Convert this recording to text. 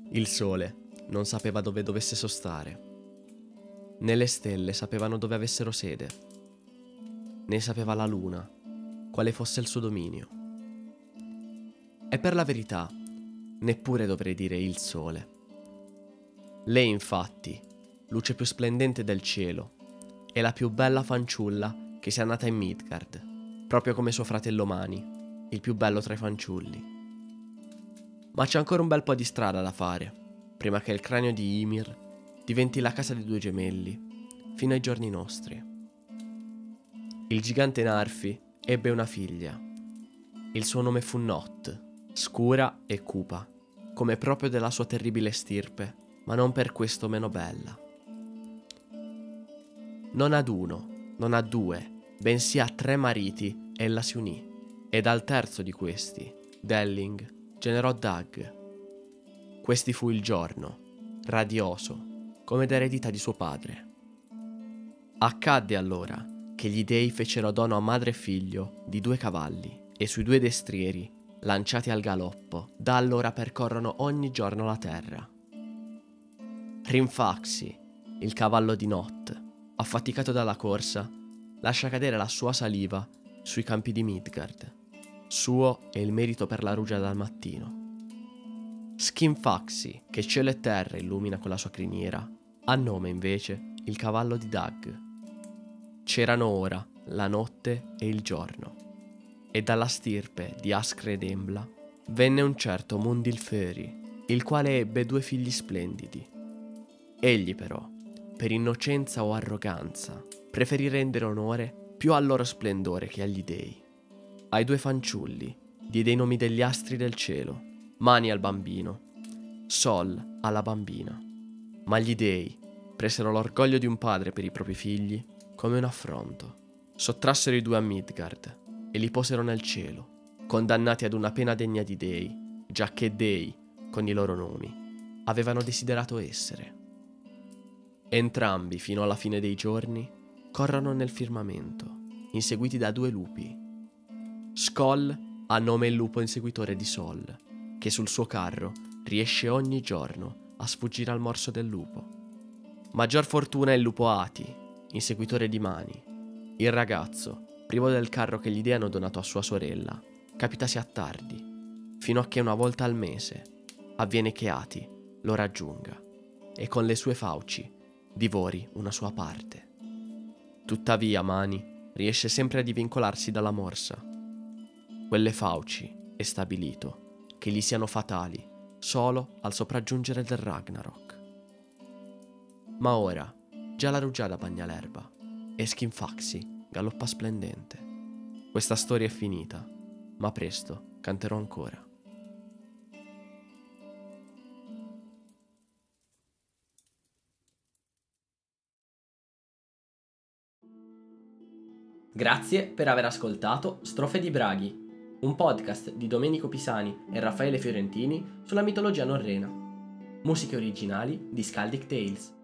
Il sole non sapeva dove dovesse sostare, né le stelle sapevano dove avessero sede, né sapeva la luna quale fosse il suo dominio. E per la verità, neppure dovrei dire il sole. Lei, infatti, luce più splendente del cielo, è la più bella fanciulla che sia nata in Midgard, proprio come suo fratello Mani, il più bello tra i fanciulli. Ma c'è ancora un bel po' di strada da fare, prima che il cranio di Ymir diventi la casa dei due gemelli, fino ai giorni nostri. Il gigante Narfi ebbe una figlia. Il suo nome fu Not, scura e cupa, come proprio della sua terribile stirpe, ma non per questo meno bella. Non ad uno, non a due, bensì a 3 mariti ella si unì, ed al terzo di questi, Delling, generò Dag. Questi fu il giorno, radioso, come d'eredità di suo padre. Accadde allora che gli dei fecero dono a madre e figlio di 2 cavalli, e sui 2 destrieri, lanciati al galoppo, da allora percorrono ogni giorno la terra. Rinfaxi, il cavallo di Not, affaticato dalla corsa, lascia cadere la sua saliva sui campi di Midgard. Suo è il merito per la rugia dal mattino. Skinfaxi, che cielo e terra illumina con la sua criniera, ha nome invece il cavallo di Dag. C'erano ora la notte e il giorno, e dalla stirpe di Askre ed Embla venne un certo Mundilferi, il quale ebbe 2 figli splendidi. Egli però, per innocenza o arroganza, preferì rendere onore più al loro splendore che agli dei. Ai 2 fanciulli diede i nomi degli astri del cielo, Mani al bambino, Sol alla bambina. Ma gli dei presero l'orgoglio di un padre per i propri figli come un affronto. Sottrassero i 2 a Midgard e li posero nel cielo, condannati ad una pena degna di dei, giacché dei, con i loro nomi, avevano desiderato essere. Entrambi, fino alla fine dei giorni, corrono nel firmamento, inseguiti da 2 lupi. Skoll ha nome il lupo inseguitore di Sol, che sul suo carro riesce ogni giorno a sfuggire al morso del lupo. Maggior fortuna è il lupo Ati, inseguitore di Mani. Il ragazzo, privo del carro che gli dei hanno donato a sua sorella, capitasi a tardi, fino a che una volta al mese avviene che Ati lo raggiunga e con le sue fauci divori una sua parte. Tuttavia Mani riesce sempre a divincolarsi dalla morsa. Quelle fauci è stabilito che gli siano fatali solo al sopraggiungere del Ragnarok. Ma ora già la rugiada bagna l'erba e Skinfaxi galoppa splendente. Questa storia è finita, ma presto canterò ancora. Grazie per aver ascoltato Strofe di Braghi, un podcast di Domenico Pisani e Raffaele Fiorentini sulla mitologia norrena. Musiche originali di Skaldic Tales.